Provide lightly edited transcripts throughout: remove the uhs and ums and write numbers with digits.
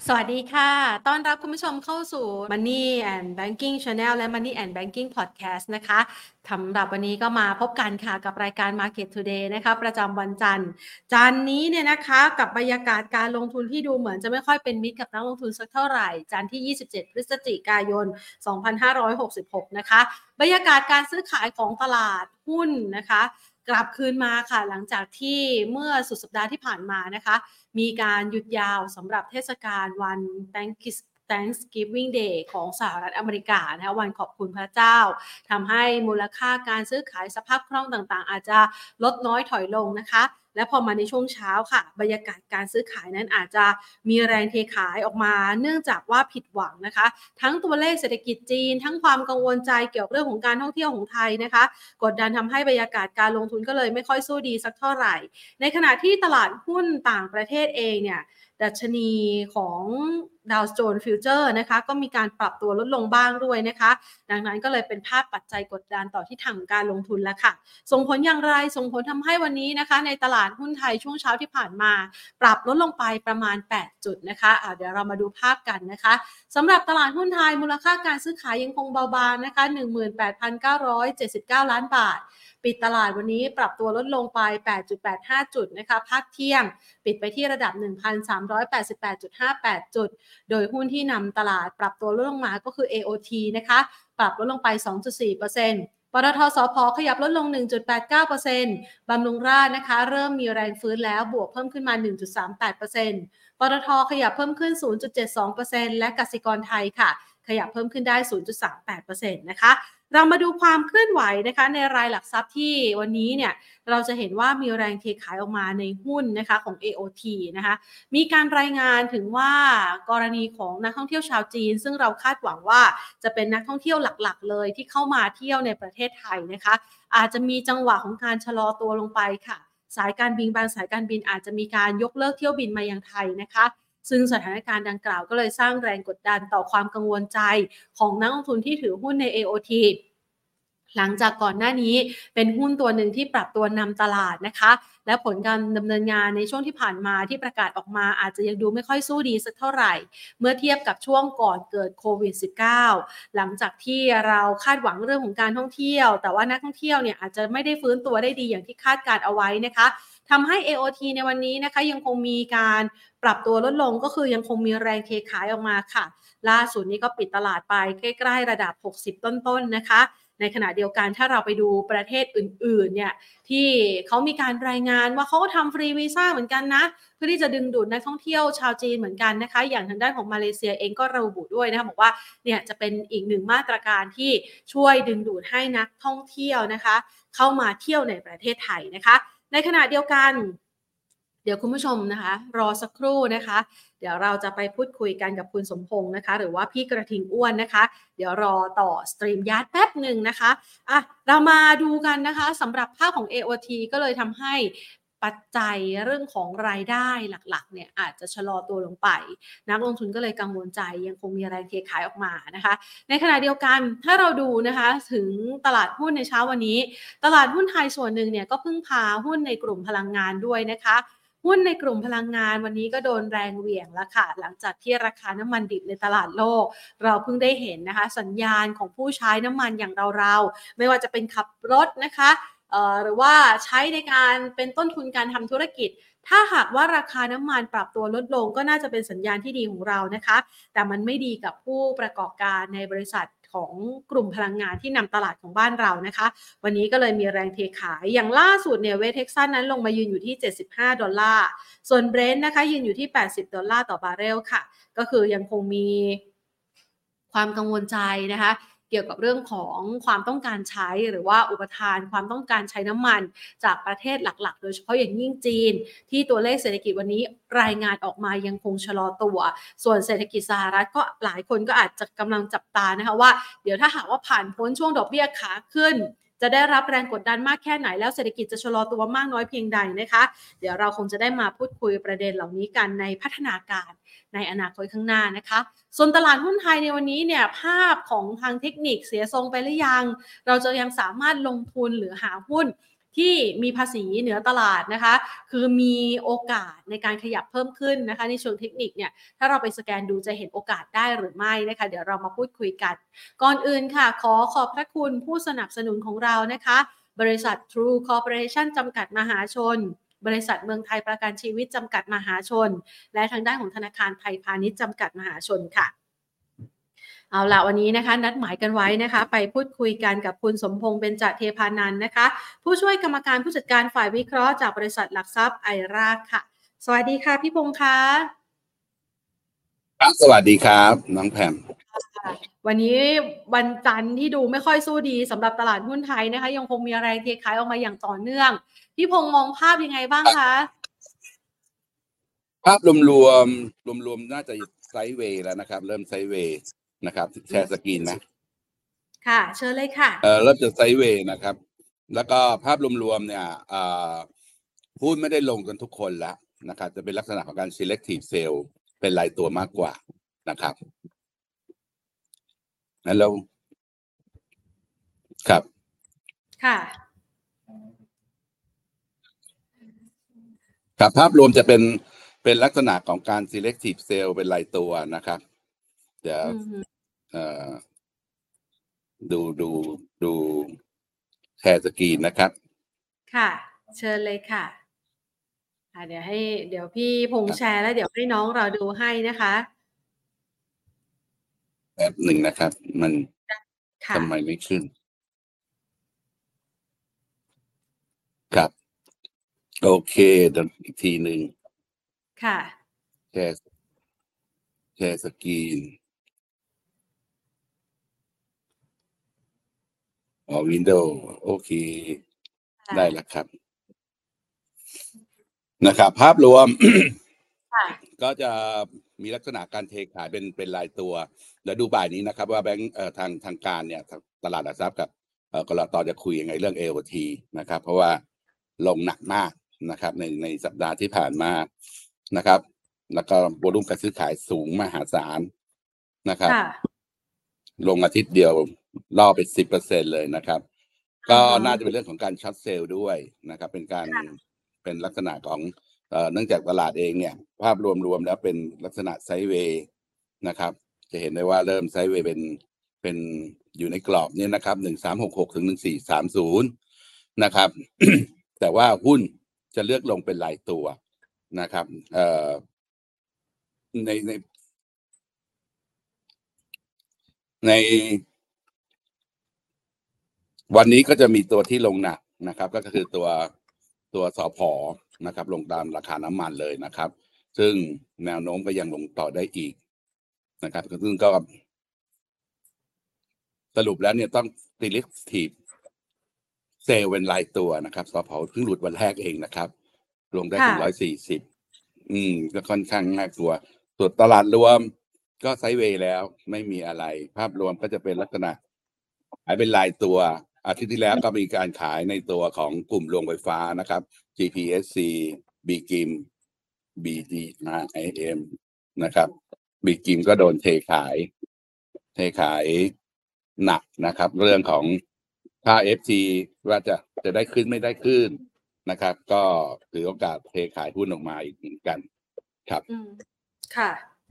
สวัสดีค่ะต้อนรับคุณผู้ชมเข้าสู่ Money and Banking Channel และ Money and Banking Podcast นะคะสำหรับวันนี้ก็มาพบกันค่ะกับรายการ Market Today นะคะประจำวันจันทร์นี้เนี่ยนะคะกับบรรยากาศการลงทุนที่ดูเหมือนจะไม่ค่อยเป็นมิตรกับนักลงทุนสักเท่าไหร่จันทร์ที่ 27 พฤศจิกายน 2566 นะคะบรรยากาศการซื้อขายของตลาดหุ้นนะคะกลับคืนมาค่ะหลังจากที่เมื่อสุดสัปดาห์ที่ผ่านมานะคะมีการหยุดยาวสำหรับเทศกาลวัน Thanksgiving Day ของสหรัฐอเมริกานะคะวันขอบคุณพระเจ้าทำให้มูลค่าการซื้อขายสภาพคล่องต่างๆอาจจะลดน้อยถอยลงนะคะและพอมาในช่วงเช้าค่ะบรรยากาศการซื้อขายนั้นอาจจะมีแรงเทขายออกมาเนื่องจากว่าผิดหวังนะคะทั้งตัวเลขเศรษฐกิจจีนทั้งความกังวลใจเกี่ยวกับเรื่องของการท่องเที่ยวของไทยนะคะกดดันทำให้บรรยากาศการลงทุนก็เลยไม่ค่อยสู้ดีสักเท่าไหร่ในขณะที่ตลาดหุ้นต่างประเทศเองเนี่ยดัชนีของดาวโจนส์ฟิวเจอร์นะคะก็มีการปรับตัวลดลงบ้างด้วยนะคะดังนั้นก็เลยเป็นภาพปัจจัยกดดันต่อทิศทางการลงทุนแล้วค่ะส่งผลอย่างไรส่งผลทำให้วันนี้นะคะในตลาดหุ้นไทยช่วงเช้าที่ผ่านมาปรับลดลงไปประมาณ8จุดนะคะเดี๋ยวเรามาดูภาพกันนะคะสำหรับตลาดหุ้นไทยมูลค่าการซื้อขายยังคงเบาบางนะคะ 18,979 ล้านบาทปิดตลาดวันนี้ปรับตัวลดลงไป 8.85 จุดนะคะภาคเที่ยงปิดไปที่ระดับ 1,388.58 จุดโดยหุ้นที่นำตลาดปรับตัวลดลงมาก็คือ AOT นะคะปรับลดลงไป 2.4%ปตท.สผ.ขยับลดลง 1.89% บำรุงราษฎร์นะคะเริ่มมีแรงฟื้นแล้วบวกเพิ่มขึ้นมา 1.38% ปตท.ขยับเพิ่มขึ้น 0.72% และกสิกรไทยค่ะขยับเพิ่มขึ้นได้ 0.38% นะคะเรามาดูความเคลื่อนไหวนะคะในรายหลักทรัพย์ที่วันนี้เนี่ยเราจะเห็นว่ามีแรงเทขายออกมาในหุ้นนะคะของ AOT นะคะมีการรายงานถึงว่ากรณีของนักท่องเที่ยวชาวจีนซึ่งเราคาดหวังว่าจะเป็นนักท่องเที่ยวหลักๆเลยที่เข้ามาเที่ยวในประเทศไทยนะคะอาจจะมีจังหวะของการชะลอตัวลงไปค่ะสายการบินบางสายการบินอาจจะมีการยกเลิกเที่ยวบินมายังไทยนะคะซึ่งสถานการณ์ดังกล่าวก็เลยสร้างแรงกดดันต่อความกังวลใจของนักลงทุนที่ถือหุ้นใน AOT หลังจากก่อนหน้านี้เป็นหุ้นตัวหนึ่งที่ปรับตัวนำตลาดนะคะและผลการดำเนินงานในช่วงที่ผ่านมาที่ประกาศออกมาอาจจะยังดูไม่ค่อยสู้ดีสักเท่าไหร่เมื่อเทียบกับช่วงก่อนเกิดโควิด -19 หลังจากที่เราคาดหวังเรื่องของการท่องเที่ยวแต่ว่านักท่องเที่ยวเนี่ยอาจจะไม่ได้ฟื้นตัวได้ดีอย่างที่คาดการเอาไว้นะคะทำให้ AOT ในวันนี้นะคะยังคงมีการปรับตัวลดลงก็คือยังคงมีแรงเทขายออกมาค่ะล่าสุดนี้ก็ปิดตลาดไปใกล้ๆระดับ60ต้นๆนะคะในขณะเดียวกันถ้าเราไปดูประเทศอื่นๆเนี่ยที่เขามีการรายงานว่าเขาก็ทำฟรีวีซ่าเหมือนกันนะเพื่อที่จะดึงดูดนักท่องเที่ยวชาวจีนเหมือนกันนะคะอย่างทางด้านของมาเลเซียเองก็ระบุด้วยนะคะบอกว่าเนี่ยจะเป็นอีกหนึ่งมาตรการที่ช่วยดึงดูดให้นักท่องเที่ยวนะคะเข้ามาเที่ยวในประเทศไทยนะคะในขณะเดียวกันเดี๋ยวคุณผู้ชมนะคะรอสักครู่นะคะเดี๋ยวเราจะไปพูดคุยกันกับคุณสมพงษ์นะคะหรือว่าพี่กระทิงอ้วนนะคะเดี๋ยวรอต่อสตรีมยาร์ดแป๊บหนึ่งนะคะเรามาดูกันนะคะสำหรับภาพของ AOT ก็เลยทำให้ปัจจัยเรื่องของรายได้หลักๆเนี่ยอาจจะชะลอตัวลงไปนักลงทุนก็เลยกังวลใจยังคงมีแรงเทขายออกมานะคะในขณะเดียวกันถ้าเราดูนะคะถึงตลาดหุ้นในเช้าวันนี้ตลาดหุ้นไทยส่วนหนึ่งเนี่ยก็พึ่งพาหุ้นในกลุ่มพลังงานด้วยนะคะหุ้นในกลุ่มพลังงานวันนี้ก็โดนแรงเหวี่ยงแล้วค่ะหลังจากที่ราคาน้ำมันดิบในตลาดโลกเราเพิ่งได้เห็นนะคะสัญญาณของผู้ใช้น้ำมันอย่างเราๆไม่ว่าจะเป็นขับรถนะคะหรือว่าใช้ในการเป็นต้นทุนการทำธุรกิจถ้าหากว่าราคาน้ำมันปรับตัวลดลงก็น่าจะเป็นสัญญาณที่ดีของเรานะคะแต่มันไม่ดีกับผู้ประกอบการในบริษัทของกลุ่มพลังงานที่นำตลาดของบ้านเรานะคะวันนี้ก็เลยมีแรงเทขายอย่างล่าสุดเนี่ยเวสเท็กซัสนั้นลงมายืนอยู่ที่$75ส่วนเบรนท์นะคะยืนอยู่ที่$80ต่อบาร์เรลค่ะก็คือยังคงมีความกังวลใจนะคะเกี่ยวกับเรื่องของความต้องการใช้หรือว่าอุปทานความต้องการใช้น้ำมันจากประเทศหลักๆโดยเฉพาะอย่างยิ่งจีนที่ตัวเลขเศรษฐกิจวันนี้รายงานออกมายังคงชะลอตัวส่วนเศรษฐกิจสหรัฐก็หลายคนก็อาจจะกำลังจับตานะคะว่าเดี๋ยวถ้าหากว่าผ่านพ้นช่วงดอกเบี้ยขาขึ้นจะได้รับแรงกดดันมากแค่ไหนแล้วเศรษฐกิจจะชะลอตัวมากน้อยเพียงใดนะคะเดี๋ยวเราคงจะได้มาพูดคุยประเด็นเหล่านี้กันในพัฒนาการในอนาคตข้างหน้านะคะส่วนตลาดหุ้นไทยในวันนี้เนี่ยภาพของทางเทคนิคเสียทรงไปหรือยังเราจะยังสามารถลงทุนหรือหาหุ้นที่มีภาษีเหนือตลาดนะคะคือมีโอกาสในการขยับเพิ่มขึ้นนะคะในเชิงเทคนิคเนี่ยถ้าเราไปสแกนดูจะเห็นโอกาสได้หรือไม่นะคะเดี๋ยวเรามาพูดคุยกันก่อนอื่นค่ะขอบพระคุณผู้สนับสนุนของเรานะคะบริษัท True Corporation จำกัดมหาชนบริษัทเมืองไทยประกันชีวิตจำกัดมหาชนและทางด้านของธนาคารไทยพาณิชย์จำกัดมหาชนค่ะเอาล่ะวันนี้นะคะนัดหมายกันไว้นะคะไปพูดคุยกันกับคุณสมพงษ์เบญจเทพานันท์นะคะผู้ช่วยกรรมการผู้จัดการฝ่ายวิเคราะห์จากบริษัทหลักทรัพย์ไอราค่ะสวัสดีค่ะพี่พงษ์คะครับสวัสดีครับน้องแพมวันนี้วันจันทร์ที่ดูไม่ค่อยสู้ดีสำหรับตลาดหุ้นไทยนะคะยังคงมีแรงเทขายออกมาอย่างต่อเนื่องพี่พงษ์มองภาพยังไงบ้างคะภาพรวมน่าจะไซด์เวย์แล้วนะครับเริ่มไซด์เวย์นะครับแชร์สกรีนนะค่ะเชิญเลยค่ะเริ่มจะไซด์เวย์นะครับแล้วก็ภาพรวมเนี่ยหุ้นไม่ได้ลงกันทุกคนแล้วนะครับจะเป็นลักษณะของการ selective sale เป็นรายตัวมากกว่านะครับแล้วครับค่ะครับภาพรวมจะเป็นลักษณะของการ selective sale เป็นรายตัวนะครับเดี๋ยวดูแชร์สกรีนนะครับค่ะเชิญเลยค่ะเดี๋ยวพี่พงษ์แชร์แล้วเดี๋ยวให้น้องเราดูให้นะคะแบบหนึ่งนะครับมันค่ะทำไมไม่ขึ้นครับโอเคเดี๋ยวอีกทีหนึ่งค่ะแชร์สกรีนวินโดว์โอเคได้แล้วครับนะครับภาพรวม ก็จะมีลักษณะการเทขายเป็นรายตัวแล้วดูบ่ายนี้นะครับว่าแบงก์ทางการเนี่ยตลาดหลักทรัพย์กับกลต.จะคุยยังไงเรื่อง AOT นะครับเพราะว่าลงหนักมากนะครับในสัปดาห์ที่ผ่านมานะครับแล้วก็โวลุ่มการซื้อขายสูงมหาศาลนะครับลงอาทิตย์เดียวล่อไป 10% เลยนะครับก็น่าจะเป็นเรื่องของการช็อตเซลล์ด้วยนะครับเป็นลักษณะของเนื่องจากตลาดเองเนี่ยภาพรวมแล้วเป็นลักษณะไซด์เวย์นะครับจะเห็นได้ว่าเริ่มไซด์เวย์เป็นอยู่ในกรอบนี้นะครับ1366ถึง1430นะครับ แต่ว่าหุ้นจะเลือกลงเป็นรายตัวนะครับในวันนี้ก็จะมีตัวที่ลงหนักนะครับก็คือตัวสผ.นะครับลงตามราคาน้ำมันเลยนะครับซึ่งแนวโน้มก็ยังลงต่อได้อีกนะครับซึ่งก็สรุปแล้วเนี่ยต้อง selective sale เป็นรายตัวนะครับสผ.เพิ่งหลุดวันแรกเองนะครับลงได้ถึง140ก็ค่อนข้างน่ากลัวส่วนตลาดรวมก็ไซด์เวย์แล้วไม่มีอะไรภาพรวมก็จะเป็นลักษณะขายเป็นรายตัวอาทิตย์ที่แล้วก็มีการขายในตัวของกลุ่มโรงไฟฟ้านะครับ GPSC BGIM BGIM นะครับ BGIM ก็โดนเทขายหนักนะครับเรื่องของค่า FT ว่าจะได้ขึ้นไม่ได้ขึ้นนะครับก็ถือโอกาสเทขายหุ้นออกมาอีกเหมือนกันครับค่ะ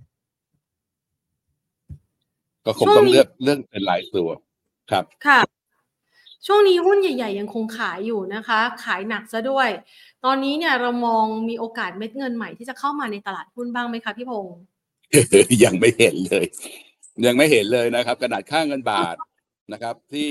ก็คงต้องเลือกเป็นรายตัวครับค่ะช่วงนี้หุ้นใหญ่ๆยังคงขายอยู่นะคะขายหนักซะด้วยตอนนี้เนี่ยเรามองมีโอกาสเม็ดเงินใหม่ที่จะเข้ามาในตลาดหุ้นบ้างไหมคะพี่พงษ์ยังไม่เห็นเลยนะครับขนาดค่าเงินบาทนะครับที่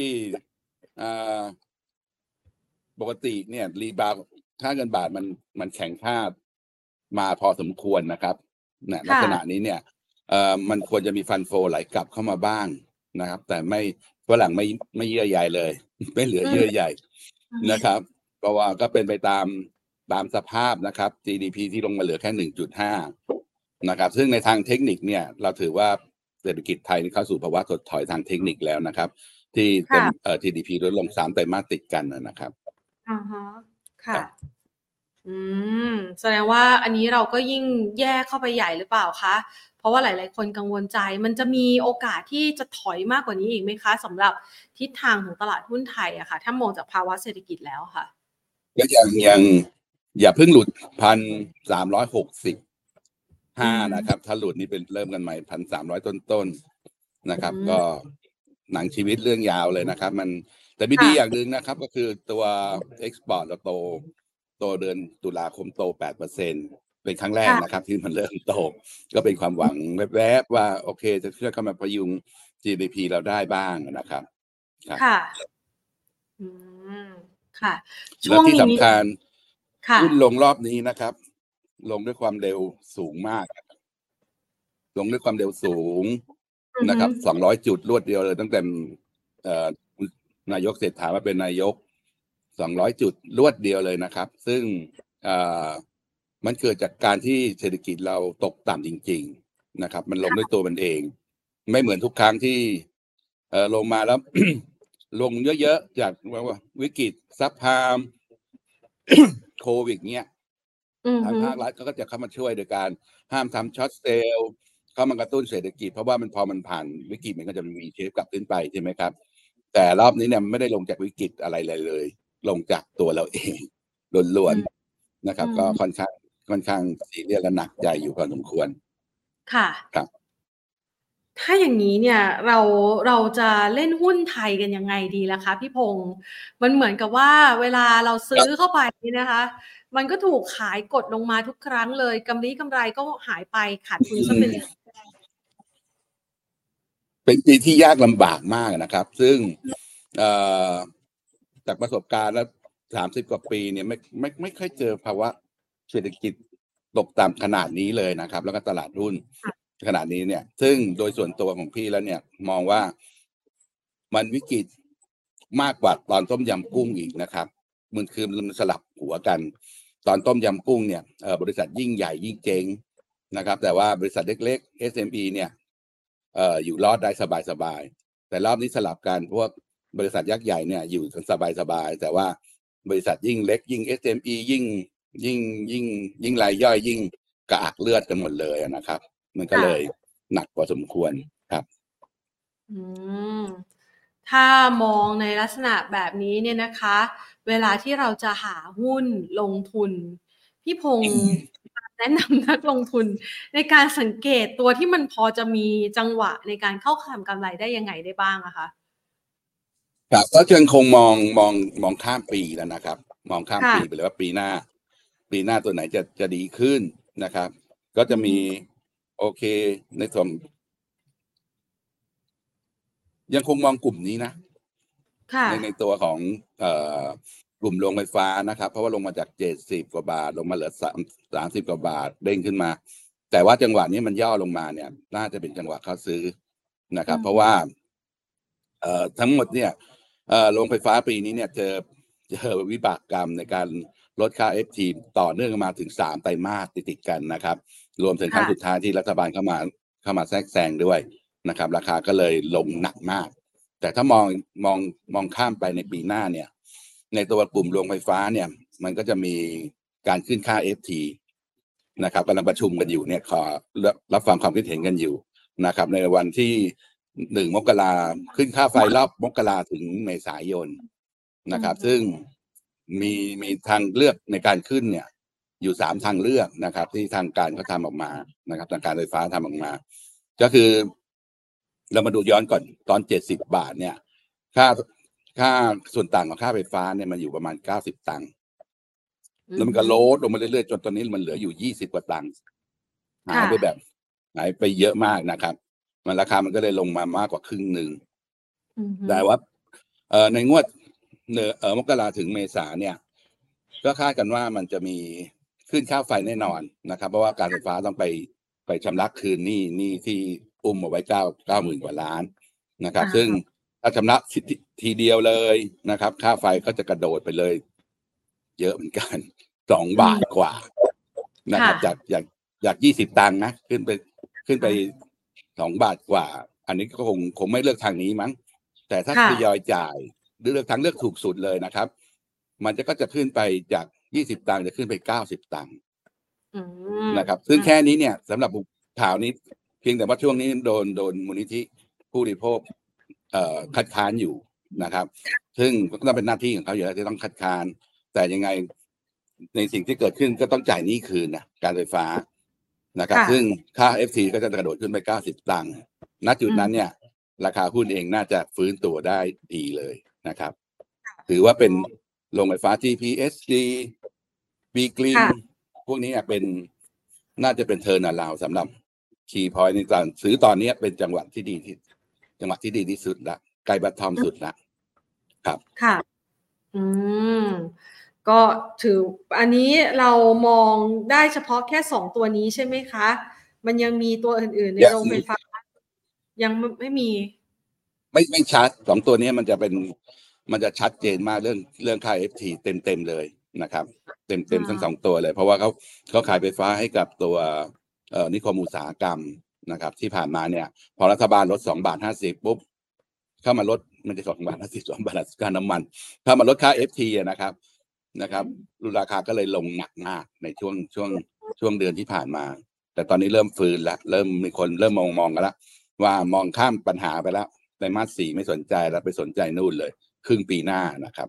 ปกติเนี่ยรีบาวค่าเงินบาทมันแข็งค่ามาพอสมควรนะครับลักษณะนี้เนี่ยมันควรจะมีฟันโฟไหลกลับเข้ามาบ้างนะครับแต่ไม่ฝรั่งไม่เยื่อใยเลยไม่เหลือเยื่อใยนะครับเพราะว่าก็เป็นไปตามสภาพนะครับ GDP ที่ลงมาเหลือแค่ 1.5 นะครับซึ่งในทางเทคนิคเนี่ยเราถือว่าเศรษฐกิจไทยเข้าสู่ภาวะถดถอยทางเทคนิคแล้วนะครับที่GDP ลดลง3 ไตรมาสติดกันนะครับค่ะแสดงว่าอันนี้เราก็ยิ่งแย่เข้าไปใหญ่หรือเปล่าคะเพราะว่าหลายๆคนกังวลใจมันจะมีโอกาสที่จะถอยมากกว่านี้อีกไหมคะสำหรับทิศทางของตลาดหุ้นไทยอะค่ะถ้ามองจากภาวะเศรษฐกิจแล้วค่ะก็ยังอย่าเพิ่งหลุด1,365นะครับถ้าหลุดนี่เป็นเริ่มกันใหม่1,300ต้นนะครับก็หนังชีวิตเรื่องยาวเลยนะครับมันแต่ไม่ดีอย่างหนึ่งนะครับก็คือตัวเอ็กซ์พอร์ตเราโตเดือนตุลาคมโต 8%เป็นครั้งแรกนะครับที่มันเริ่มโตก็เป็นความหวังแวบๆว่าโอเคจะช่วยเข้ามาพยุง GDP เราได้บ้างนะครับค่ะค่ะและที่สำคัญหุ้นลงรอบนี้นะครับลงด้วยความเร็วสูงมากลงด้วยความเร็วสูงนะครับ200 จุดรวดเดียวเลยตั้งแต่นายกเศรษฐามาเป็นนายก200 จุดรวดเดียวเลยนะครับซึ่งมันเกิดจากการที่เศรษฐกิจเราตกต่ำจริงๆนะครับมันลงด้วยตัวมันเองไม่เหมือนทุกครั้งที่ลงมาแล้ว ลงเยอะๆจากวิกฤตซับไพรม์โควิดเนี้ยทางภาครัฐก็จะเข้ามาช่วยโดยการห้ามทำช็อตเซลล์เข้ามากระตุ้นเศรษฐกิจเพราะว่ามันพอมันผ่านวิกฤตมันก็จะมีเชฟกลับขึ้นไปใช่ไหมครับแต่รอบนี้เนี่ยไม่ได้ลงจากวิกฤตอะไรเลยลงจากตัวเราเองล้วนๆนะครับก็ค่อนข้างซีเรียสและหนักใจอยู่พอสมควรค่ะครับถ้าอย่างนี้เนี่ยเราจะเล่นหุ้นไทยกันยังไงดีล่ะคะพี่พงษ์มันเหมือนกับว่าเวลาเราซื้อเข้าไปนะคะมันก็ถูกขายกดลงมาทุกครั้งเลยกำไรก็หายไปขาดทุนซะเป็นปีที่ยากลำบากมากนะครับซึ่งจากประสบการณ์แล้ว30 กว่าปีเนี่ยไม่ค่อยเจอภาวะเศรษฐกิจตกต่ำขนาดนี้เลยนะครับแล้วก็ตลาดหุ้นขนาดนี้เนี่ยซึ่งโดยส่วนตัวของพี่แล้วเนี่ยมองว่ามันวิกฤตมากกว่าตอนต้มยำกุ้งอีกนะครับมันคือมันสลับหัวกันตอนต้มยำกุ้งเนี่ยบริษัทยิ่งใหญ่ยิ่งเจ๊งนะครับแต่ว่าบริษัทเล็กๆ SME เนี่ยอยู่รอดได้สบายๆแต่รอบนี้สลับกันพวกบริษัทยักษ์ใหญ่เนี่ยอยู่สบายๆแต่ว่าบริษัทยิ่งเล็กยิ่ง SME ยิ่งรายย่อยยิ่งกระอักเลือดกันหมดเลยนะครับมันก็เลยหนักพอสมควรครับถ้ามองในลักษณะแบบนี้เนี่ยนะคะเวลาที่เราจะหาหุ้นลงทุนพี่พงษ์แนะนำนักลงทุนในการสังเกตตัวที่มันพอจะมีจังหวะในการเข้าทำกำไรได้ยังไงได้บ้างอะคะครับก็ยังคงมองข้ามปีแล้วนะครับมองข้ามปีไปเลยว่าปีหน้าตัวไหนจะดีขึ้นนะครับก็จะมีโอเคในส่วนยังคงมองกลุ่มนี้นะในตัวของกลุ่มโรงไฟฟ้านะครับเพราะว่าลงมาจาก70 กว่าบาทลงมาเหลือ30 กว่าบาทเด้งขึ้นมาแต่ว่าจังหวะนี้มันย่อลงมาเนี่ยน่าจะเป็นจังหวะเข้าซื้อนะครับเพราะว่าทั้งหมดเนี่ยโรงไฟฟ้าปีนี้เนี่ยเจอวิบากกรรมในการลดค่า FT ต่อเนื่องมาถึง3 ไตรมาสติดกันนะครับรวมถึงครั้งสุดท้ายที่รัฐบาลเข้ามาแทรกแซงด้วยนะครับราคาก็เลยลงหนักมากแต่ถ้ามองข้ามไปในปีหน้าเนี่ยในตัวกลุ่มโรงไฟฟ้าเนี่ยมันก็จะมีการขึ้นค่า FT นะครับกำลังประชุมกันอยู่เนี่ยขอรับฟังความคิดเห็นกันอยู่นะครับในวันที่1 มกราขึ้นค่าไฟรอบมกราถึงเมษายนนะครับซึ่งมีทางเลือกในการขึ้นเนี่ยอยู่3 ทางเลือกนะครับที่ทางการเขาทำออกมานะครับทางการไฟฟ้าทำออกมาก็คือเรามาดูย้อนก่อนตอน70 บาทเนี่ยค่าส่วนต่างของค่าไฟฟ้าเนี่ยมันอยู่ประมาณ90 ตังค์แล้วมันก็ลดลงมาเรื่อยๆจนตอนนี้มันเหลืออยู่20 กว่าตังค์หายไปเยอะมากนะครับมันราคามันก็เลยลงมามากกว่าครึ่งหนึ่งแต่ว่าในงวดมกราถึงเมษาเนี่ยก็คาดกันว่ามันจะมีขึ้นค่าไฟแน่นอนนะครับเพราะว่าการไฟฟ้าต้องไปชำระคืนหนี้ที่อุ้มเอาไว้90,000 กว่าล้านนะครับซึ่งถ้าชำระทีเดียวเลยนะครับค่าไฟก็จะกระโดดไปเลยเยอะเหมือนกัน2 บาทกว่านะครับจาก20 ตังค์นะขึ้นไป2 บาทกว่าอันนี้ก็คงไม่เลือกทางนี้มั้งแต่ถ้าทยอยจ่ายหรือเลือกทางเลือกถูกสุดเลยนะครับมันก็จะขึ้นไปจาก20 ตังค์จะขึ้นไป90 ตังค์นะครับซึ่งแค่นี้เนี่ยสำหรับข่าวนี้เพียงแต่ว่าช่วงนี้โดนมูลนิธิผู้บริโภคคัดค้านอยู่นะครับซึ่งก็ต้องเป็นหน้าที่ของเขาอยู่แล้วที่ต้องคัดค้านแต่ยังไงในสิ่งที่เกิดขึ้นก็ต้องจ่ายหนี้คืนนะการไฟฟ้านะครับซึ่งค่า FT ก็จะกระโดดขึ้นไป90 ตังค์ณจุดนั้นเนี่ยราคาหุ้นเองน่าจะฟื้นตัวได้ดีเลยนะครับถือว่าเป็นโรงไฟฟ้า TPSG B Green พวกนี้เป็นน่าจะเป็นเทอร์นาราวสำหรับคีย์พอยต์ในการซื้อตอนนี้เป็นจังหวะที่ดีที่สุดละใกล้บัตทอมสุดละครับค่ะก็ถืออันนี้เรามองได้เฉพาะแค่2ตัวนี้ใช่ไหมคะมันยังมีตัวอื่นๆในโรงไฟฟ้ายังไม่มีไม่ชัด2ตัวนี้มันจะชัดเจนมากเรื่องค่า FT เต็มเลยนะครับเต็มทั้ง2ตัวเลยเพราะว่าเขาขายไฟฟ้าให้กับตัวนิคมอุตสาหกรรมนะครับที่ผ่านมาเนี่ยพอรัฐบาลลด2.50 ปุ๊บเข้ามาลดมันจะ2.50 2 บาทค่าน้ำมันถ้ามาลดค่า FT นะครับราคาก็เลยลงหนักมากในช่วงเดือนที่ผ่านมาแต่ตอนนี้เริ่มฟื้นแล้วเริ่มมีคนเริ่มมองกันแล้วว่ามองข้ามปัญหาไปแล้วไตรมาส 4ไม่สนใจแล้วไปสนใจนู่นเลยครึ่งปีหน้านะครับ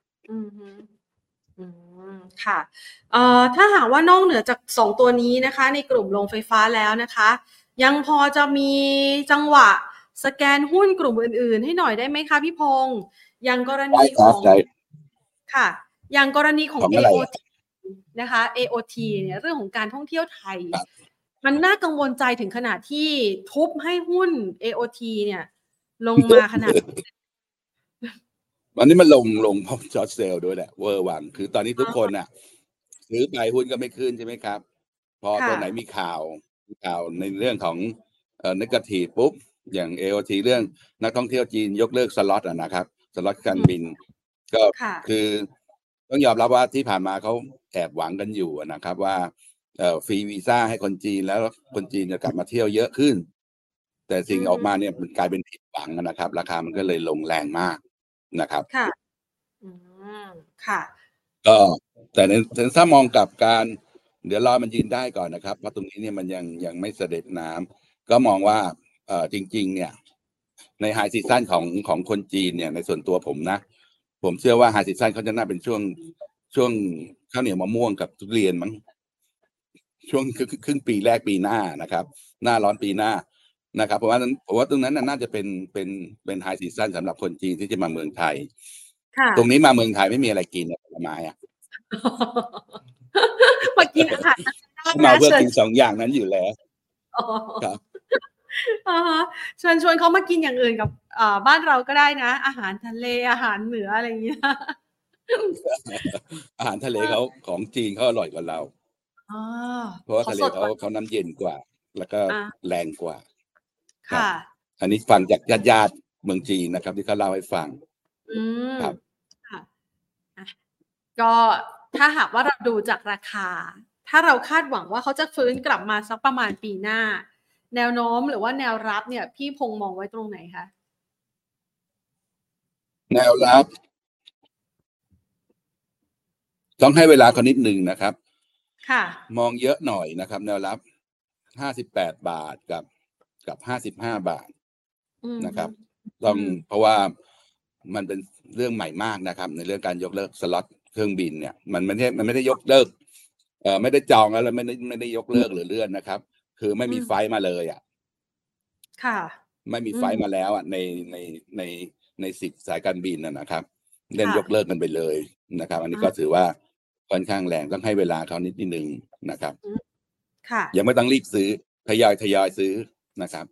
ค่ะถ้าหากว่านอกเหนือจาก2ตัวนี้นะคะในกลุ่มโรงไฟฟ้าแล้วนะคะยังพอจะมีจังหวะสแกนหุ้นกลุ่มอื่นๆให้หน่อยได้ไหมคะพี่พงษ์อย่างกรณีของค่ะอย่างกรณีของ AOT นะคะ AOT เนี่ยเรื่องของการท่องเที่ยวไทยมันน่ากังวลใจถึงขนาดที่ทุบให้หุ้น AOT เนี่ยลงมาขนาดวันนี้มันลงเพราะช็อตเซลล์ด้วยแหละเวอร์วังคือตอนนี้ทุกคนน่ะซื้อไปหุ้นก็ไม่ขึ้นใช่ไหมครับพอตัวไหนมีข่าวในเรื่องของnegative ปุ๊บอย่าง AOT เรื่องนักท่องเที่ยวจีนยกเลิกสล็อตนะครับสล็อตการบินก็คือต้องยอมรับว่าที่ผ่านมาเขาแอบหวังกันอยู่นะครับว่าฟรีวีซ่าให้คนจีนแล้วคนจีนจะกลับมาเที่ยวเยอะขึ้นแต่สิ่งออกมาเนี่ยมันกลายเป็นผิดหวังนะครับราคามันก็เลยลงแรงมากนะครับค่ะก็แต่ถ้ามองกับการเดี๋ยวรอมันยืนได้ก่อนนะครับเพราะตรงนี้เนี่ยมันยังไม่เสด็จน้ำก็มองว่าจริงๆเนี่ยในไฮซีซั่นของคนจีนเนี่ยในส่วนตัวผมนะผมเชื่อว่าไฮซีซั่นเขาจะน่าเป็นช่วงข้าวเหนียวมะม่วงกับทุเรียนมั้งช่วงครึ่งปีแรกปีหน้านะครับหน้าร้อนปีหน้านะครับเพราะว่าตรงนั้นน่าจะเป็นไฮซีซั่นสำหรับคนจีนที่จะมาเมืองไทยตรงนี้มาเมืองไทยไม่มีอะไรกินผลไม้มากินอาหารมาเพื่อกิน2 อย่างนั้นอยู่แล้วครับเชิญชวนเขามากินอย่างอื่นกับบ้านเราก็ได้นะอาหารทะเลอาหารเหนืออะไรอย่างเงี้ยอาหารทะเลเขาของจีนเขาอร่อยกว่าเราเพราะว่าทะเลเขาน้ำเย็นกว่าแล้วก็แรงกว่าค่ะอันนี้ฟังจากญาติเมืองจีนนะครับที่เขาเล่าให้ฟังครับก็ถ้าหากว่าเราดูจากราคาถ้าเราคาดหวังว่าเขาจะฟื้นกลับมาสักประมาณปีหน้าแนวโน้มหรือว่าแนวรับเนี่ยพี่พงษ์มองไว้ตรงไหนคะแนวรับต้องให้เวลาเขานิดนึงนะครับค่ะมองเยอะหน่อยนะครับแนวรับ58 บาทกับ55 บาทนะครับต้องเพราะว่ามันเป็นเรื่องใหม่มากนะครับในเรื่องการยกเลิกสล็อตเครื่องบินเนี่ยมันไม่ได้ยกเลิกไม่ได้จองแล้วไม่ได้ยกเลิกหรือเลื่อนนะครับคือไม่มีไฟล์มาเลยค่ะไม่มีไฟล์มาแล้วใน10 สายการบินนะครับเล่นยกเลิกกันไปเลยนะครับอันนี้ก็ถือว่าค่อนข้างแรงต้องให้เวลาเขานิดนึงนะครับค่ะยังไม่ต้องรีบซื้อทยอยซื้อนะครับ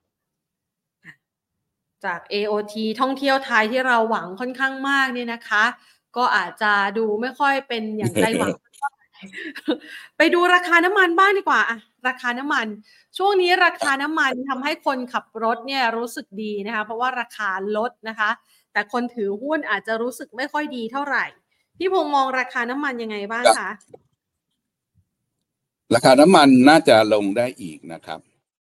จาก AOT ท่องเที่ยวไทยที่เราหวังค่อนข้างมากเนี่ยนะคะก็อาจจะดูไม่ค่อยเป็นอย่างใจหวังไปดูราคาน้ำมันบ้างดีกว่าอะราคาน้ำมันช่วงนี้ราคาน้ำมันทำให้คนขับรถเนี่ยรู้สึกดีนะคะเพราะว่าราคาลดนะคะแต่คนถือหุ้นอาจจะรู้สึกไม่ค่อยดีเท่าไหร่พี่พงษ์มองราคาน้ำมันยังไงบ้างคะราคาน้ำมันน่าจะลงได้อีกนะครับ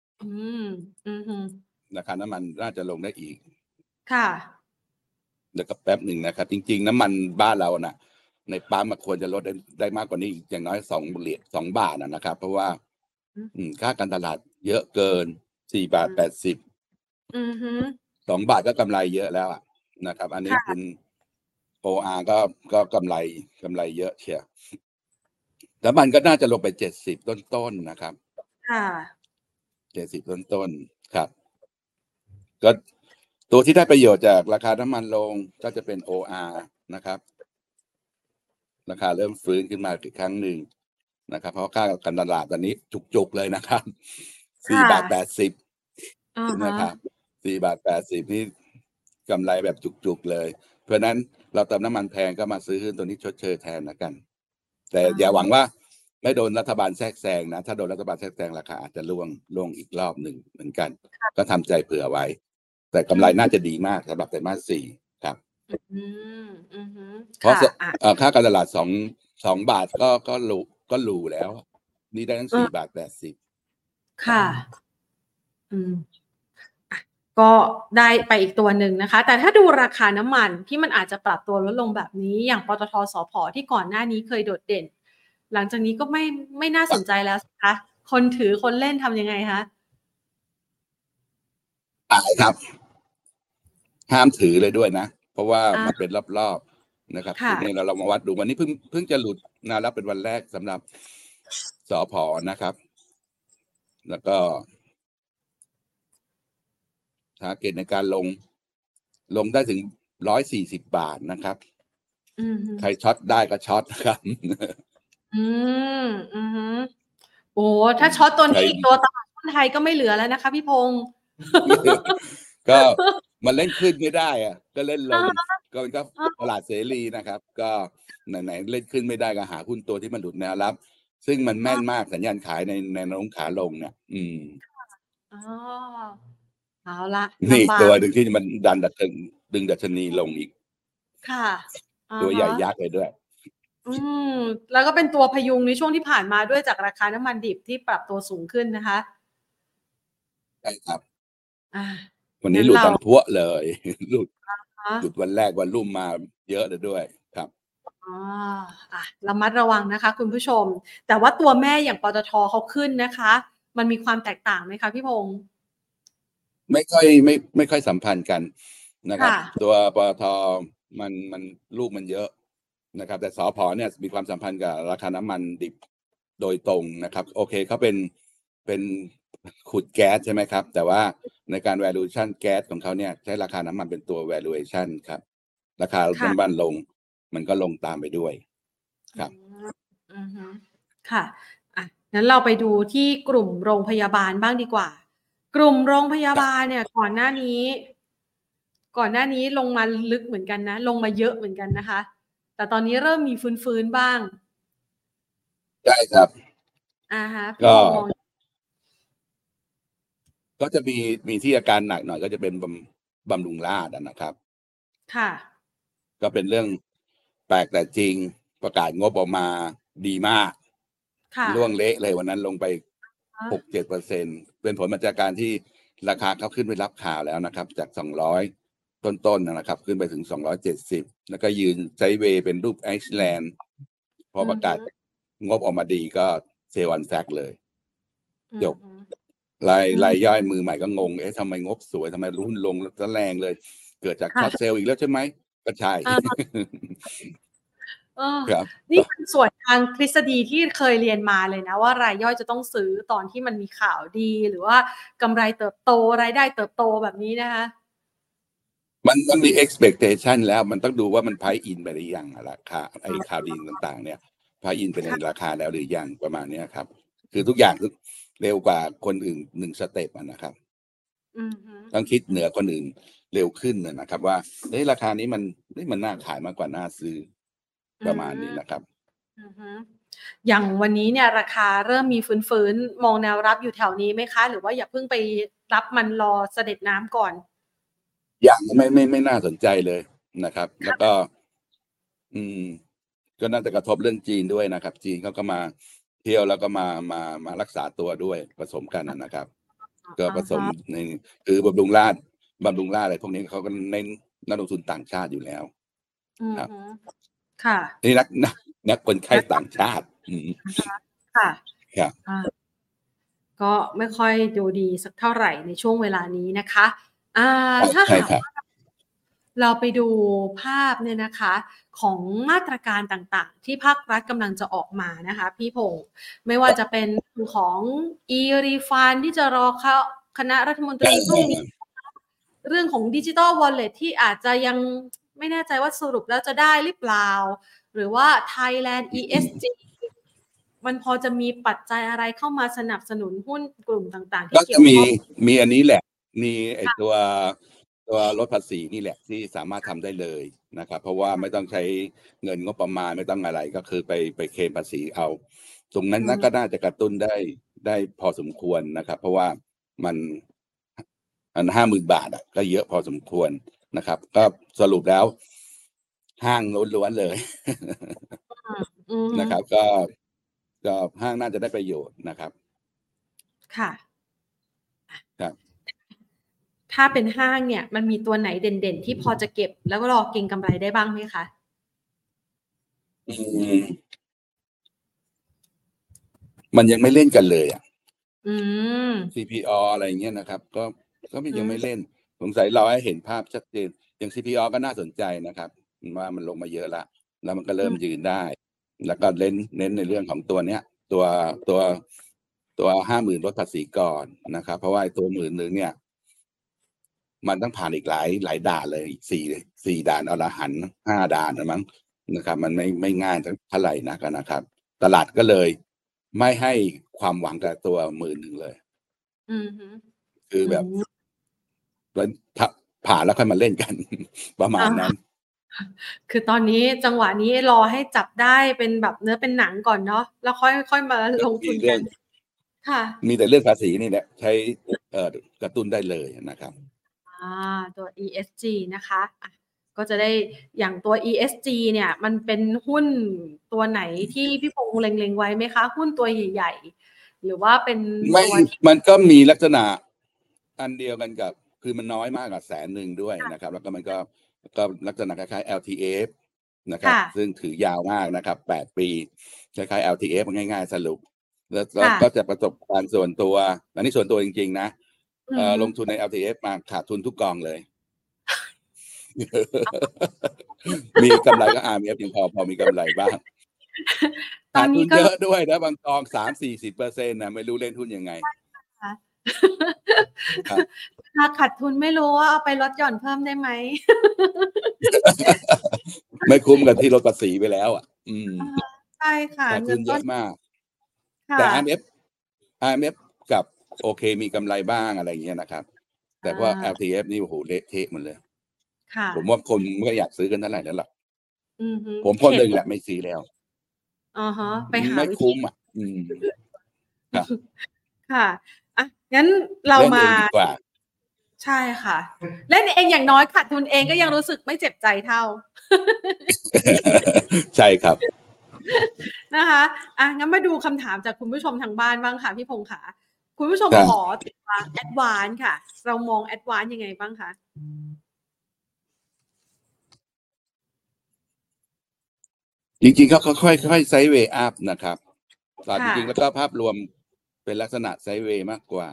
ราคาน้ำมันน่าจะลงได้อีกค่ะเดี๋ยวก็แป๊บหนึ่งนะครับจริงๆน้ำมันบ้านเราน่ะในปั๊มมันควรจะลดได้มากกว่านี้อย่างน้อย2 บาทนะครับเพราะว่าค่าการตลาดเยอะเกิน4.80 2 บาทก็กำไรเยอะแล้วนะครับอันนี้เป็น OR ก็กำไรเยอะเชียวแล้วมันก็น่าจะลงไป70ต้นๆนะครับค่ะ 70ต้นๆครับก็ตัวที่ได้ประโยชน์จากราคาน้ำมันลงก็จะเป็น OR นะครับราคาเริ่มฟื้นขึ้นมาอีกครั้งหนึ่งนะครับเพราะค่าการตลาดตอนนี้จุกๆเลยนะครับ4.80 บาทนะครับ4.80 บาทนี่กำไรแบบจุกๆเลยเพราะนั้นเราเติมน้ำมันแพงก็มาซื้อตัวนี้ชดเชยแทนแล้วกันแต่อย่าหวังว่าไม่โดนรัฐบาลแทรกแซงนะถ้าโดนรัฐบาลแทรกแซงราคาอาจจะล่วงอีกรอบหนึ่งเหมือนกันก็ทำใจเผื่อไว้แต่กำไรน่าจะดีมากสำหรับไตรมาส 4ครับเพราะค่าการตลาด2 บาทก็หรูแล้วนี่ได้ทั้ง4.80 บาทค่ะก็ได้ไปอีกตัวหนึ่งนะคะแต่ถ้าดูราคาน้ำมันที่มันอาจจะปรับตัวลดลงแบบนี้อย่างปตท.สผ.ที่ก่อนหน้านี้เคยโดดเด่นหลังจากนี้ก็ไม่น่าสนใจแล้วนะคะคนถือคนเล่นทำยังไงคะครับห้ามถือเลยด้วยนะเพราะว่ามันเป็นรอบๆนะครับทีนี้เรามาวัดดูวันนี้เพิ่งจะหลุดนะแล้วเป็นวันแรกสำหรับสผ.นะครับแล้วก็ทาร์เก็ตในการลงได้ถึง140 บาทนะครับใครช็อตได้ก็ช็อตนะครับโอ้ถ้าช็อตตัวนี้อีกตัวตลาดหุ้นไทยก็ไม่เหลือแล้วนะคะพี่พงศ์ก็มันเล่นขึ้นไม่ได้อะก็เล่นลงก็ตลาดเสรีนะครับ ก็ไหนเล่นขึ้นไม่ได้ก็หาหุ้นตัวที่มันหลุดแนวรับซึ่งมันแม่นมากสัญญาณขายในแนวโน้มขาลงเนี่ยเอาละนี่ตัวหนึ่งที่มันดึงดัชนีลงอีกค่ะตัวใหญ่ยักษ์เลยด้วยแล้วก็เป็นตัวพยุงในช่วงที่ผ่านมาด้วยจากราคาน้ำมันดิบที่ปรับตัวสูงขึ้นนะคะใช่ครับวันนี้หลุดกันพัวเลยหลุดวันแรกวันรุ่มมาเยอะเลยด้วยครับระมัดระวังนะคะคุณผู้ชมแต่ว่าตัวแม่อย่างปตท.เขาขึ้นนะคะมันมีความแตกต่างไหมคะพี่พงศ์ไม่ค่อยสัมพันธ์กันนะครับตัวปตท.มันลูกมันเยอะนะครับแต่สผ.เนี่ยมีความสัมพันธ์กับราคาน้ำมันดิบโดยตรงนะครับโอเคเขาเป็นขุดแก๊สใช่ไหมครับแต่ว่าในการ valuation แก๊สของเขาเนี่ยใช้ราคาน้ำมันเป็นตัว valuation ครับราคาน้ำมันลงมันก็ลงตามไปด้วยครับค่ะงั้นเราไปดูที่กลุ่มโรงพยาบาลบ้างดีกว่ากลุ่มโรงพยาบาลเนี่ยก่อนหน้านี้ลงมาลึกเหมือนกันนะลงมาเยอะเหมือนกันนะคะแต่ตอนนี้เริ่มมีฟื้นบ้างใช่ครับก็จะมีที่อาการหนักหน่อยก็จะเป็นบำรุงราษฎร์นะครับค่ะก็เป็นเรื่องแปลกแต่จริงประกาศงบออกมาดีมากล่วงเละเลยวันนั้นลงไป 6-7% เป็นผลมาจากการที่ราคาเขาขึ้นไปรับข่าวแล้วนะครับจาก200ต้นๆนะครับขึ้นไปถึง270แล้วก็ยืนไซด์เวย์เป็นรูปไอซ์แลนด์พอประกาศงบออกมาดีก็เซลล์วันแฟกเลยจบรายย่อยมือใหม่ก็งงทำไมงบสวยทำไมหุ้นลงแรงเลยเกิดจากช็อตเซลล์อีกแล้วใช่ไหมก็ใช่นี่เป็นส่วนทางทฤษฎีที่เคยเรียนมาเลยนะว่ารายย่อยจะต้องซื้อตอนที่มันมีข่าวดีหรือว่ากำไรเติบโตรายได้เติบโตแบบนี้นะคะมันต้องมี expectation แล้วมันต้องดูว่ามัน price in ไปหรือยังราคาไอ้ข่าวดีต่างๆเนี่ย price in ไปในราคาแล้วหรือยังประมาณนี้ครับคือทุกอย่างเร็วกว่าคนอื่น1 สเต็ปนะครับต้องคิดเหนือคนอื่นเร็วขึ้นนะครับว่าราคานี้มันน่าขายมากกว่าน่าซื้อประมาณนี้นะครับอย่างวันนี้เนี่ยราคาเริ่มมีฟื้นมองแนวรับอยู่แถวนี้ไหมคะหรือว่าอย่าเพิ่งไปรับมันรอเสด็จน้ำก่อนอย่างไม่น่าสนใจเลยนะครับแล้วก็ก็น่าจะกระทบเรื่องจีนด้วยนะครับจีนเขาก็มาเที่ยวแล้วก็มารักษาตัวด้วยผสมกันนะครับก็ผสมในคือบำรุงราษฎร์อะไรพวกนี้เขาก็เน้นนักลงทุนต่างชาติอยู่แล้วครับค่ะนี่นักคนไข้ต่างชาติค่ะครับก็ไม่ค่อยดูดีสักเท่าไหร่ในช่วงเวลานี้นะคะถ้าหากเราไปดูภาพเนี่ยนะคะของมาตรการต่างๆที่ภาครัฐกำลังจะออกมานะคะพี่พงศ์ไม่ว่าจะเป็นของ e-refund ที่จะรอเข้าคณะรัฐมนตรีพรุ่งนี้เรื่องของ Digital Wallet ที่อาจจะยังไม่แน่ใจว่าสรุปแล้วจะได้หรือเปล่าหรือว่า Thailand ESG มันพอจะมีปัจจัยอะไรเข้ามาสนับสนุนหุ้นกลุ่มต่างๆที่เกี่ยวข้องมีอันนี้แหละมีไอตัวลดภาษีนี่แหละที่สามารถทำได้เลยนะครับเพราะว่าไม่ต้องใช้เงินงบประมาณไม่ต้องอะไรก็คือไปเคลมภาษีเอาตรงนั้นก็น่าจะกระตุ้นได้พอสมควรนะครับเพราะว่ามัน50,000 บาทก็เยอะพอสมควรนะครับก็สรุปแล้วห้างล้วนๆเลยนะครับก็ห้างน่าจะได้ประโยชน์นะครับค่ะครับถ้าเป็นห้างเนี่ยมันมีตัวไหนเด่นๆที่พอจะเก็บแล้วก็รอเก็งกำไรได้บ้างไหมคะมันยังไม่เล่นกันเลยCPO อะไรเงี้ยนะครับก็ยังไม่เล่นสงสัยเราให้เห็นภาพชัดเจนอย่าง CPO ก็น่าสนใจนะครับว่ามันลงมาเยอะแล้วมันก็เริ่มยืนได้แล้วก็เน้นในเรื่องของตัวเนี้ยตัว50,000ลดภาษีก่อนนะครับเพราะว่าตัว10,000เนี่ยมันต้องผ่านอีกหลายด่านเลยสี่ด่านอรหันต์5 ด่านนะมั้งนะครับมันไม่ง่ายเท่าไหร่นะครับตลาดก็เลยไม่ให้ความหวังกับตัว10,000เลยคือแบบผ่านแล้วค่อยมาเล่นกันประมาณนั้นคือตอนนี้จังหวะนี้รอให้จับได้เป็นแบบเนื้อเป็นหนังก่อนเนาะแล้วค่อยมาลงทุนกันค่ะมีแต่เรื่องภาษีนี่แหละใช้กระตุ้นได้เลยนะครับตัว ESG นะคะก็จะได้อย่างตัว ESG เนี่ยมันเป็นหุ้นตัวไหนที่พี่พงษ์เล็งๆไว้ไหมคะหุ้นตัวใหญ่ๆหรือว่าเป็นตัวมันก็มีลักษณะอันเดียวกันกับคือมันน้อยมากกับ100,000ด้วยนะครับแล้วก็มันก็ลักษณะคล้ายๆ LTF นะครับซึ่งถือยาวมากนะครับ8 ปีคล้ายๆ LTF ง่ายๆสรุปแล้วก็จะประสบการณ์ส่วนตัวอันนี้ส่วนตัวจริงๆนะลงทุนใน LTF มาขาดทุนทุกกองเลยมีกำไรก็RMFยังพอมีกำไรบ้างขาดทุนเยอะด้วยนะบางกอง30-40%นะไม่รู้เล่นหุ้นยังไงถ้าขาดทุนไม่รู้ว่าเอาไปลดหย่อนเพิ่มได้ไหมไม่คุ้มกับที่ลดภาษีไปแล้วใช่ค่ะขาดทุนเยอะมากแต่ IMF กับโอเคมีกำไรบ้างอะไรเงี้ยนะครับแต่ว่า LTF นี่โอ้โหเละเทะหมดเลยผมว่าคนไม่อยากซื้อกันเท่าไหร่แล้วหรอกผมคนหนึ่งแหละไม่ซื้อแล้วไปหาไม่คุ้มค่ะงั้นเรามาดีกว่าใช่ค่ะเล่นเองอย่างน้อยขาดทุนเองก็ยังรู้สึกไม่เจ็บใจเท่าใช่ครับนะคะงั้นมาดูคำถามจากคุณผู้ชมทางบ้านบ้างค่ะพี่พงษ์ค่ะคุณผู้ชมขอตัวแอดวานซ์ค่ะเรามองแอดวานซ์ยังไงบ้างคะจริงๆก็ค่อยๆไซด์เวย์อัพนะครับจริงๆแล้วก็ภาพรวมเป็นลักษณะไซด์เวย์มากกว่า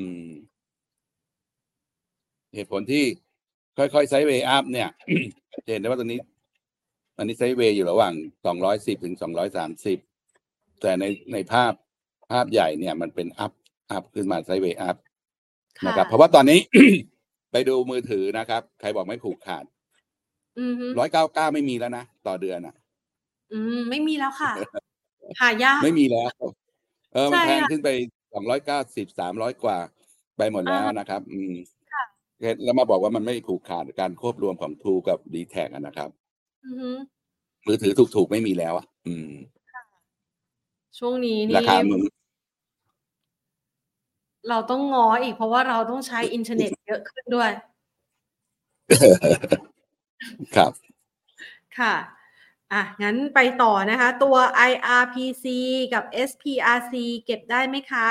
เหตุผลที่ค่อยๆไซด์เวย์อัพเนี่ยเห็นได้ว่าตอนนี้ไซด์เวย์อยู่ระหว่าง210 ถึง 230แต่ในภาพใหญ่เนี่ยมันเป็นอัพขึ้นมาไซด์เวย์อัพนะครับเพราะว่าตอนนี้ ไปดูมือถือนะครับใครบอกไม่ผูกขาด199ไม่มีแล้วนะต่อเดือนไม่มีแล้วค่ะหายากไม่มีแล้วมันแพงขึ้นไป290 300 กว่าไปหมดแล้วนะครับแล้วมาบอกว่ามันไม่ผูกขาดการควบรวมของ True กับ D-Tag นะครับมือถือถูกไม่มีแล้วช่วงนี้นี่ราคามันเราต้องง้ออีกเพราะว่าเราต้องใช้อินเทอร์เน็ตเยอะขึ้นด้วยครับค่ะงั้นไปต่อนะคะตัว IRPC กับ SPRC เก็บได้ไหมคะ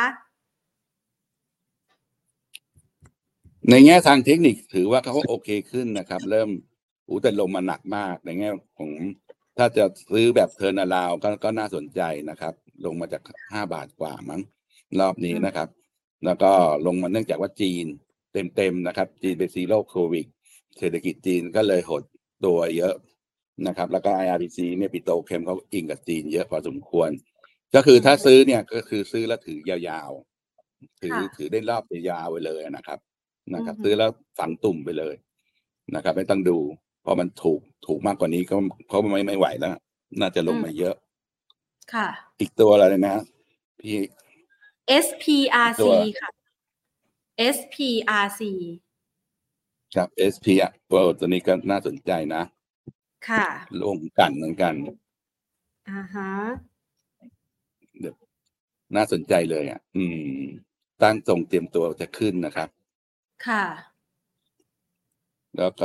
ในแง่ทางเทคนิคถือว่าเขาโอเคขึ้นนะครับเริ่มแต่ลงมาหนักมากในแง่ของถ้าจะซื้อแบบเทิร์นอราวด์ก็น่าสนใจนะครับลงมาจาก5 บาทกว่ามั้งรอบนี้นะครับแล้วก็ลงมาเนื่องจากว่าจีนเต็มนะครับจีนเป็นซีโร่โควิดเศรษฐกิจจีนก็เลยหดตัวเยอะนะครับแล้วก็ IRPC เนี่ยปิโตรเคมเขาอิงกับจีนเยอะพอสมควรก็คือถ้าซื้อเนี่ยก็คือซื้อแล้วถือยาวๆถือได้รอบยาวไปเลยนะครับซื้อแล้วฝังตุ่มไปเลยนะครับไม่ต้องดูพอมันถูกมากกว่านี้ก็เขาไม่ไหวแล้วน่าจะลงมาเยอะค่ะอีกตัวอะไรนะพี่ SPRC ค่ะ SPRC ครับ SP ตัวนี้ก็น่าสนใจนะค่ะลงกันเหมือนกันฮะน่าสนใจเลยตั้งทรงเตรียมตัวจะขึ้นนะครับค่ะแล้วก็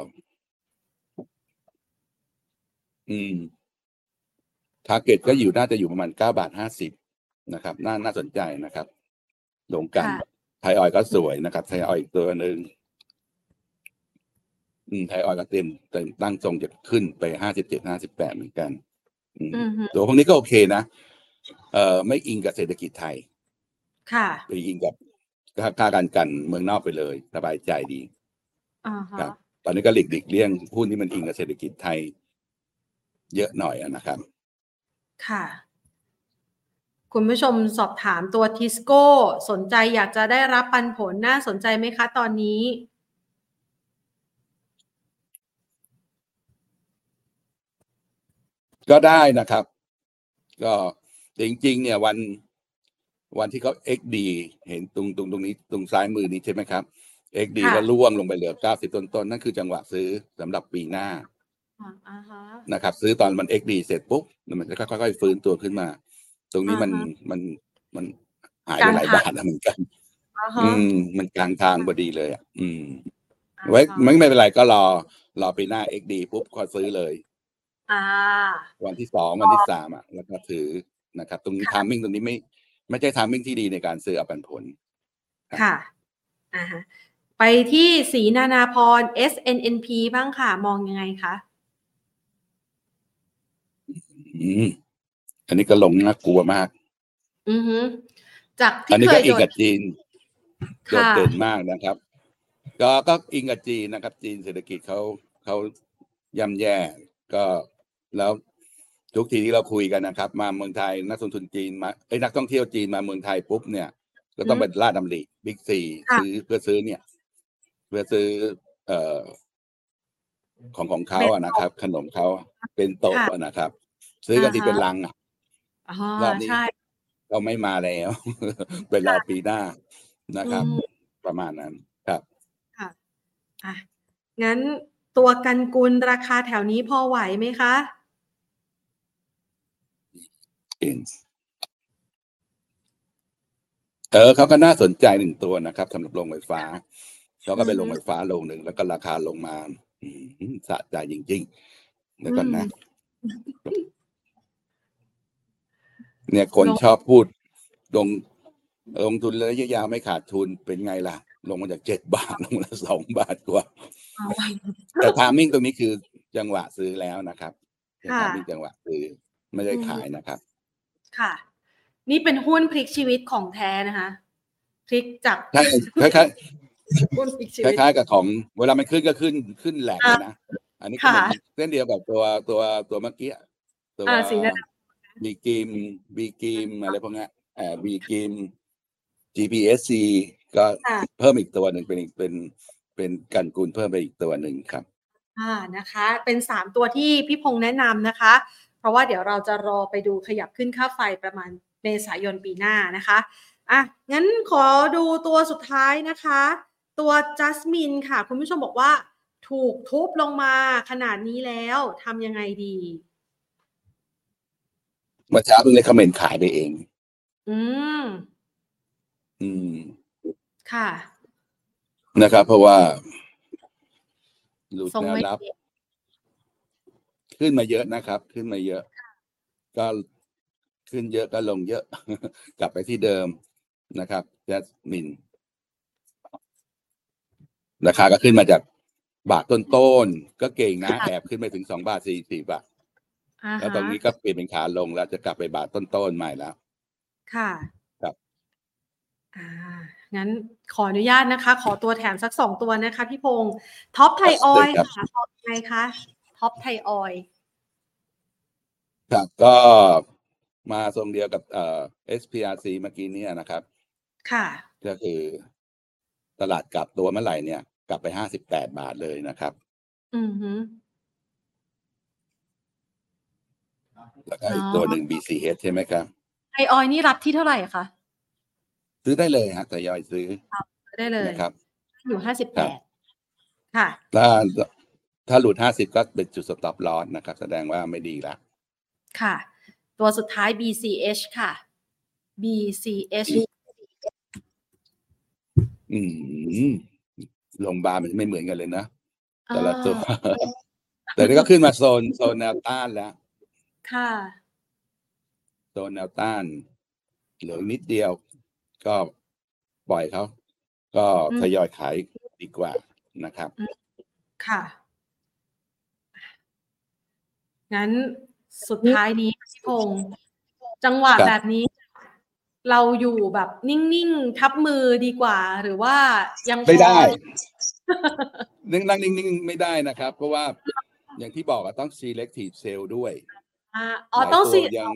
ทาร์เก็ตก็น่าจะอยู่ประมาณ9.50 บาทนะครับน่าสนใจนะครับลงกันไทยออยล์ก็สวยนะครับไทยออยล์อีกตัวหนึ่งไทยออยล์ก็เต็มตั้งทรงจะขึ้นไป57-58เหมือนกันตัวพวกนี้ก็โอเคนะไม่อิงกับเศรษฐกิจไทยค่ะไปอิงกับค่ากันเมืองนอกไปเลยสบายใจดีครับตอนนี้ก็หลีกเลี่ยงหุ้นที่มันอิงกับเศรษฐกิจไทยเยอะหน่อยนะครับค่ะคุณผู้ชมสอบถามตัวทิสโก้สนใจอยากจะได้รับปันผลน่าสนใจไหมคะตอนนี้ก็ได้นะครับก็จริงๆเนี่ยวันที่เขา XD เห็นตรงนี้ตรงซ้ายมือนี้ใช่ไหมครับ XD ก็ร่วงลงไปเหลือ90ต้นนั่นคือจังหวะซื้อสำหรับปีหน้านะครับซื้อตอนมัน XD เสร็จปุ๊บมันจะค่อยๆฟื้นตัวขึ้นมาตรงนี้มันหายไปหลายบาทแล้วเหมือนกันมันกลางทางพอดีเลยไว้ไม่เป็นไรก็รอปีหน้า XD ปุ๊บก็ซื้อเลยวันที่2วันที่3แล้วก็ถือนะครับตรงนี้ไทมิ่งตรงนี้ไม่ใช่ไทมิ่งที่ดีในการซื้อเอาปันผลค่ะไปที่ศรีนานาพร SNNP บ้างค่ะมองยังไงคะอันนี้ก็ลงน่ากลัวมากจากที่อันนี้ก็อิงกับจีนโดดเด่นมากนะครับก็อิงกับจีนนะครับจีนเศรษฐกิจเขาย่ำแย่ก็แล้วทุกทีที่เราคุยกันนะครับมาเมืองไทยนักลงทุนจีนมานักท่องเที่ยวจีนมาเมืองไทยปุ๊บเนี่ยก็ต้องไปลาดดำริบิ๊กซีเพื่อซื้อเนี่ยเพื่อซื้อของเขานะครับขนมเขาเป็นโต๊ะนะครับซื้อกันที่เป็นลังรอบนี้ก็ไม่มาแล้วไปรอปีหน้านะครับประมาณนั้นครับค่ะงั้นตัวกันกุลราคาแถวนี้พอไหวไหมคะเขาก็น่าสนใจ1ตัวนะครับสำหรับโรงไฟฟ้าเขาก็เป็นโรงไฟฟ้าโรงหนึ่งแล้วก็ราคาลงมาสะใจจริงๆเดี๋ยวก่อนนะเนี่ยคนชอบพูดลงทุนระยะยาวไม่ขาดทุนเป็นไงล่ะลงมาจาก7 บาทลงมา2 บาทกว่าแต่ไทมิ่งตรงนี้คือจังหวะซื้อแล้วนะครับไทมิ่งจังหวะซื้อไม่ได้ขายนะครับค่ะนี่เป็นหุ้นพลิกชีวิตของแท้นะคะพลิกจากคล้ายๆกับของเวลามันขึ้นก็ขึ้นแหลกเลยนะอันนี้ก็เส้นเดียวกับตัวเมื่อกี้ตัวบีกิมอะไรพวกนี้บีกิม GPSC ก็เพิ่มอีกตัวหนึ่งเป็นกันกุลเพิ่มไปอีกตัวหนึ่งครับนะคะเป็น3ตัวที่พี่พงษ์แนะนำนะคะเพราะว่าเดี๋ยวเราจะรอไปดูขยับขึ้นค่าไฟประมาณเมษายนปีหน้านะคะงั้นขอดูตัวสุดท้ายนะคะตัวจัสมินค่ะคุณผู้ชมบอกว่าถูกทุบลงมาขนาดนี้แล้วทำยังไงดีเมื่อเช้าเพิ่งได้คอมเมนต์ขายไปเองค่ะนะครับเพราะว่าหลุดแนวรับขึ้นมาเยอะนะครับขึ้นมาเยอะก็ขึ้นเยอะก็ลงเยอะกลับไปที่เดิมนะครับจัสมินราคาก็ขึ้นมาจากบาทต้นๆก็เก่งนะแอบขึ้นไปถึง2 บาท40 บาทแล้วตรงนี้ก็เปลี่ยนเป็นขาลงแล้วจะกลับไปบาทต้นๆใหม่แล้วค่ะครับงั้นขออนุญาตนะคะขอตัวแถมสัก2ตัวนะคะพี่พงษ์ท็อปไทยออยล์ค่ะมองยังไงคะท็อปไทยออยล์ครับก็มาทรงเดียวกับSPRC เมื่อกี้เนี่ยนะครับค่ะก็คือตลาดกลับตัวเมื่อไหร่เนี่ยกลับไป58 บาทเลยนะครับอือฮึแล้วก็อีกตัวหนึ่ง BCH ใช่ไหมครับไทยออยล์นี่รับที่เท่าไหร่คะซื้อได้เลยฮะทยอยซื้อได้เลยนะครับอยู่ครับ 58ค่ะถ้าถ้าหลุด50ก็เป็นจุด stop loss นะครับแสดงว่าไม่ดีแล้วค่ะตัวสุดท้าย BCH ค่ะ BCH โรงพยาบาลมันไม่เหมือนกันเลยนะแต่ละตัวแต่นี่ก็ขึ้นมาโซนแนวต้านแล้วค่ะโซนแนวต้านเหลือนิดเดียวก็ปล่อยเขาก็ทยอยขายดีกว่านะครับค่ะงั้นสุดท้ายนี้พี่พงษ์จังหวะแบบนี้เราอยู่แบบนิ่งๆทับมือดีกว่าหรือว่ายังไม่ได้นั่งนิ่งๆไม่ได้นะครับเพราะว่าอย่างที่บอกต้อง selective sell ด้วยต้องสิยัง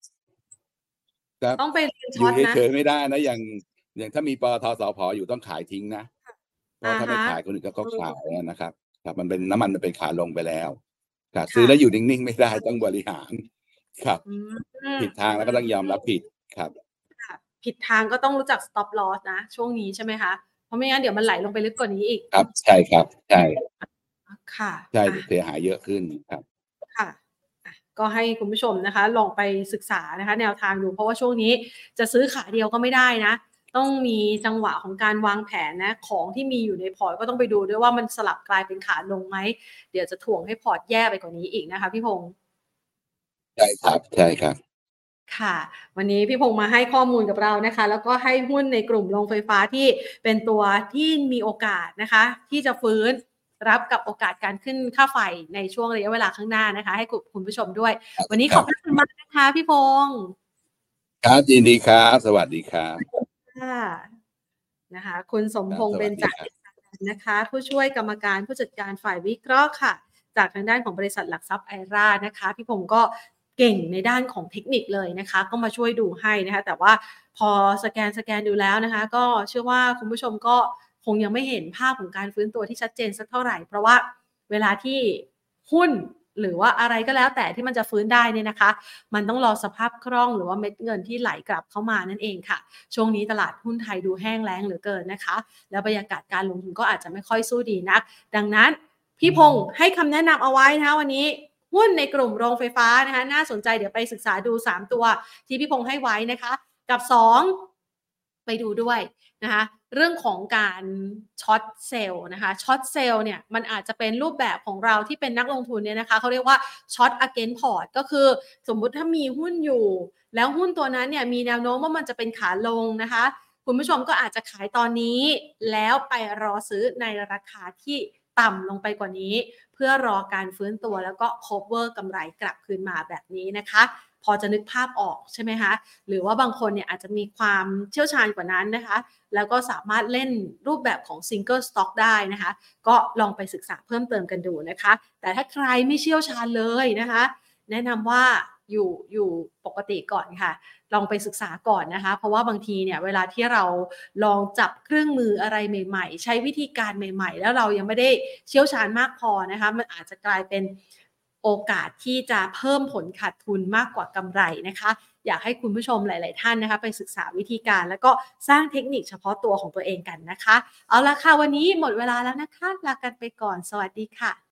ต้องไปเรียนอยู่ช็อตนะเฉยๆไม่ได้นะอย่างถ้ามีปตท.สผ.อยู่ต้องขายทิ้งนะเพราะถ้าไม่ขายคนอื่นก็ขายนะครับครับมันเป็นน้ำมันเป็นขาลงไปแล้วครับซื้อแล้วอยู่นิ่งๆไม่ได้ต้องบริหารครับผิดทางแล้วก็ต้องยอมรับผิดครับผิดทางก็ต้องรู้จัก stop loss นะช่วงนี้ใช่ไหมคะเพราะไม่งั้นเดี๋ยวมันไหลลงไปลึกกว่านี้อีกครับใช่ครับใช่ค่ะใช่เสียหายเยอะขึ้นครับค่ะก็ให้คุณผู้ชมนะคะลองไปศึกษานะคะแนวทางดูเพราะว่าช่วงนี้จะซื้อขาเดียวก็ไม่ได้นะต้องมีจังหวะของการวางแผนนะของที่มีอยู่ในพอร์ตก็ต้องไปดูด้วยว่ามันสลับกลายเป็นขาลงไหมเดี๋ยวจะถ่วงให้พอร์ตแย่ไปกว่านี้อีกนะคะพี่พงษ์ใช่ครับใช่ครับค่ะวันนี้พี่พงษ์มาให้ข้อมูลกับเรานะคะแล้วก็ให้หุ้นในกลุ่มโรงไฟฟ้าที่เป็นตัวที่มีโอกาสนะคะที่จะฟื้นรับกับโอกาสการขึ้นค่าไฟในช่วงระยะเวลาข้างหน้านะคะให้คุณผู้ชมด้วยวันนี้ขอบคุณมากนะคะพี่พงษ์ครับยินดีครับสวัสดีครับค่ะนะคะคุณสมพงษ์เบญจกิจนะคะผู้ช่วยกรรมการผู้จัดการฝ่ายวิเคราะห์ค่ะจากทางด้านของบริษัทหลักทรัพย์ไอรานะคะพี่พงษ์ก็เก่งในด้านของเทคนิคเลยนะคะก็มาช่วยดูให้นะคะแต่ว่าพอสแกนดูแล้วนะคะก็เชื่อว่าคุณผู้ชมก็คงยังไม่เห็นภาพของการฟื้นตัวที่ชัดเจนสักเท่าไหร่เพราะว่าเวลาที่หุ้นหรือว่าอะไรก็แล้วแต่ที่มันจะฟื้นได้เนี่ยนะคะมันต้องรอสภาพคล่องหรือว่าเม็ดเงินที่ไหลกลับเข้ามานั่นเองค่ะช่วงนี้ตลาดหุ้นไทยดูแห้งแล้งเหลือเกินนะคะแล้วบรรยากาศการลงทุนก็อาจจะไม่ค่อยสู้ดีนักดังนั้นพี่พงษ์ให้คำแนะนำเอาไว้นะคะวันนี้หุ้นในกลุ่มโรงไฟฟ้านะคะน่าสนใจเดี๋ยวไปศึกษาดู3ตัวที่พี่พงษ์ให้ไว้นะคะกับ2ไปดูด้วยนะคะเรื่องของการช็อตเซลล์นะคะช็อตเซลล์เนี่ยมันอาจจะเป็นรูปแบบของเราที่เป็นนักลงทุนเนี่ยนะคะเขาเรียกว่าช็อต against port ก็คือสมมุติถ้ามีหุ้นอยู่แล้วหุ้นตัวนั้นเนี่ยมีแนวโน้มว่ามันจะเป็นขาลงนะคะคุณผู้ชมก็อาจจะขายตอนนี้แล้วไปรอซื้อในราคาที่ต่ำลงไปกว่านี้เพื่อรอการฟื้นตัวแล้วก็ cover กำไรกลับคืนมาแบบนี้นะคะพอจะนึกภาพออกใช่ไหมคะหรือว่าบางคนเนี่ยอาจจะมีความเชี่ยวชาญกว่านั้นนะคะแล้วก็สามารถเล่นรูปแบบของ Single Stock ได้นะคะก็ลองไปศึกษาเพิ่มเติมกันดูนะคะแต่ถ้าใครไม่เชี่ยวชาญเลยนะคะแนะนำว่าอยู่ปกติก่อนค่ะลองไปศึกษาก่อนนะคะเพราะว่าบางทีเนี่ยเวลาที่เราลองจับเครื่องมืออะไรใหม่ๆใช้วิธีการใหม่ๆแล้วเรายังไม่ได้เชี่ยวชาญมากพอนะคะมันอาจจะกลายเป็นโอกาสที่จะเพิ่มผลขาดทุนมากกว่ากำไรนะคะอยากให้คุณผู้ชมหลายๆท่านนะคะไปศึกษาวิธีการแล้วก็สร้างเทคนิคเฉพาะตัวของตัวเองกันนะคะเอาละค่ะวันนี้หมดเวลาแล้วนะคะลากันไปก่อนสวัสดีค่ะ